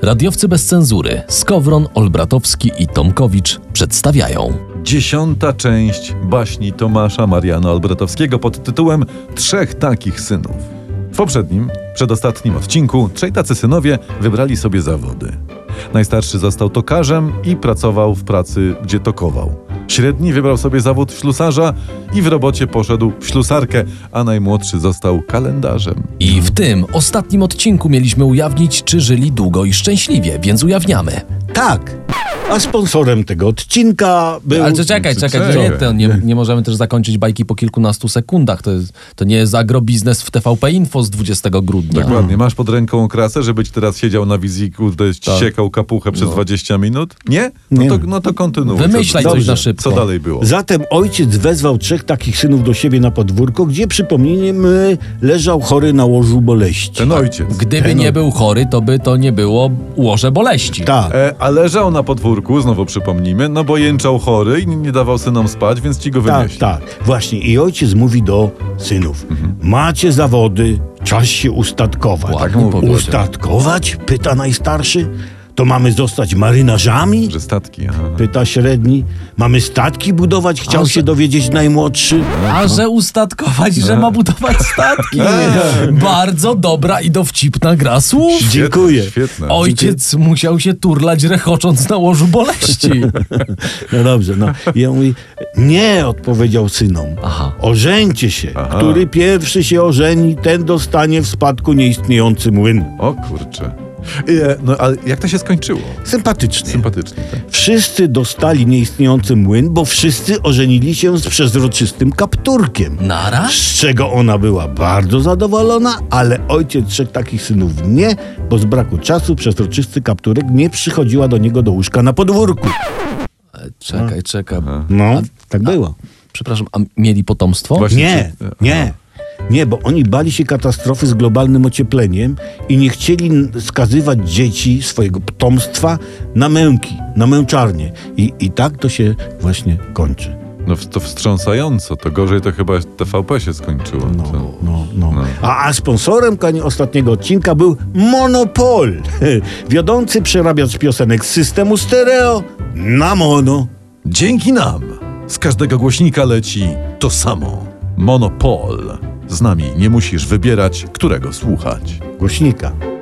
Radiowcy bez cenzury Skowron, Olbratowski i Tomkowicz przedstawiają 10. część baśni Tomasza Mariana Olbratowskiego pod tytułem Trzech takich synów. W poprzednim, przedostatnim odcinku trzej tacy synowie wybrali sobie zawody. Najstarszy został tokarzem i pracował w pracy, gdzie tokował. Średni wybrał sobie zawód ślusarza i w robocie poszedł w ślusarkę, a najmłodszy został kalendarzem. I w tym ostatnim odcinku mieliśmy ujawnić, czy żyli długo i szczęśliwie, więc ujawniamy. Tak, a sponsorem tego odcinka był... Ale czekaj, nie możemy też zakończyć bajki po kilkunastu sekundach. To nie jest agrobiznes w TVP Info z 20 grudnia. Dokładnie. Masz pod ręką krasę, żebyś teraz siedział na wizji, siekał kapuchę przez 20 minut? Nie? No to kontynuuj. Wymyślaj coś na szybko. Co dalej było? Zatem ojciec wezwał trzech takich synów do siebie na podwórko, gdzie, przypomnijmy, leżał chory na łożu boleści. Ten ojciec. Gdyby nie był chory, to by to nie było łoże boleści. Tak. A leżał na podwórku, znowu przypomnijmy, no bo jęczał chory i nie dawał synom spać, więc ci go wynieśli. Tak. Właśnie. I ojciec mówi do synów. Macie zawody, czas się ustatkować. Ładnie powiedział. Ustatkować? Pyta najstarszy. To mamy zostać marynarzami? Że statki. Aha. Pyta średni. Mamy statki budować? Chciał się dowiedzieć najmłodszy. A że ustatkować, że ma budować statki. Bardzo dobra i dowcipna gra słów. Dziękuję. Świetne. Ojciec musiał się turlać, rechocząc na łożu boleści. No dobrze, no. I on mówi, nie, odpowiedział synom. Aha. Ożeńcie się. Który pierwszy się ożeni, ten dostanie w spadku nieistniejący młyn. O kurczę. No ale jak to się skończyło? Sympatycznie. Sympatycznie, tak? Wszyscy dostali nieistniejący młyn, bo wszyscy ożenili się z przezroczystym kapturkiem. Nara? Z czego ona była bardzo zadowolona, ale ojciec trzech takich synów nie, bo z braku czasu przezroczysty kapturek nie przychodziła do niego do łóżka na podwórku. Czekaj. No, tak było. Przepraszam, a mieli potomstwo? Właśnie. Nie, bo oni bali się katastrofy z globalnym ociepleniem i nie chcieli skazywać dzieci, swojego potomstwa na męki, na męczarnię. I tak to się właśnie kończy. No to wstrząsająco. To gorzej to chyba TVP się skończyło. No. A sponsorem ostatniego odcinka był Monopol. Wiodący przerabiacz piosenek z systemu stereo na mono. Dzięki nam z każdego głośnika leci to samo. Monopol. Z nami nie musisz wybierać, którego słuchać. Głośnika.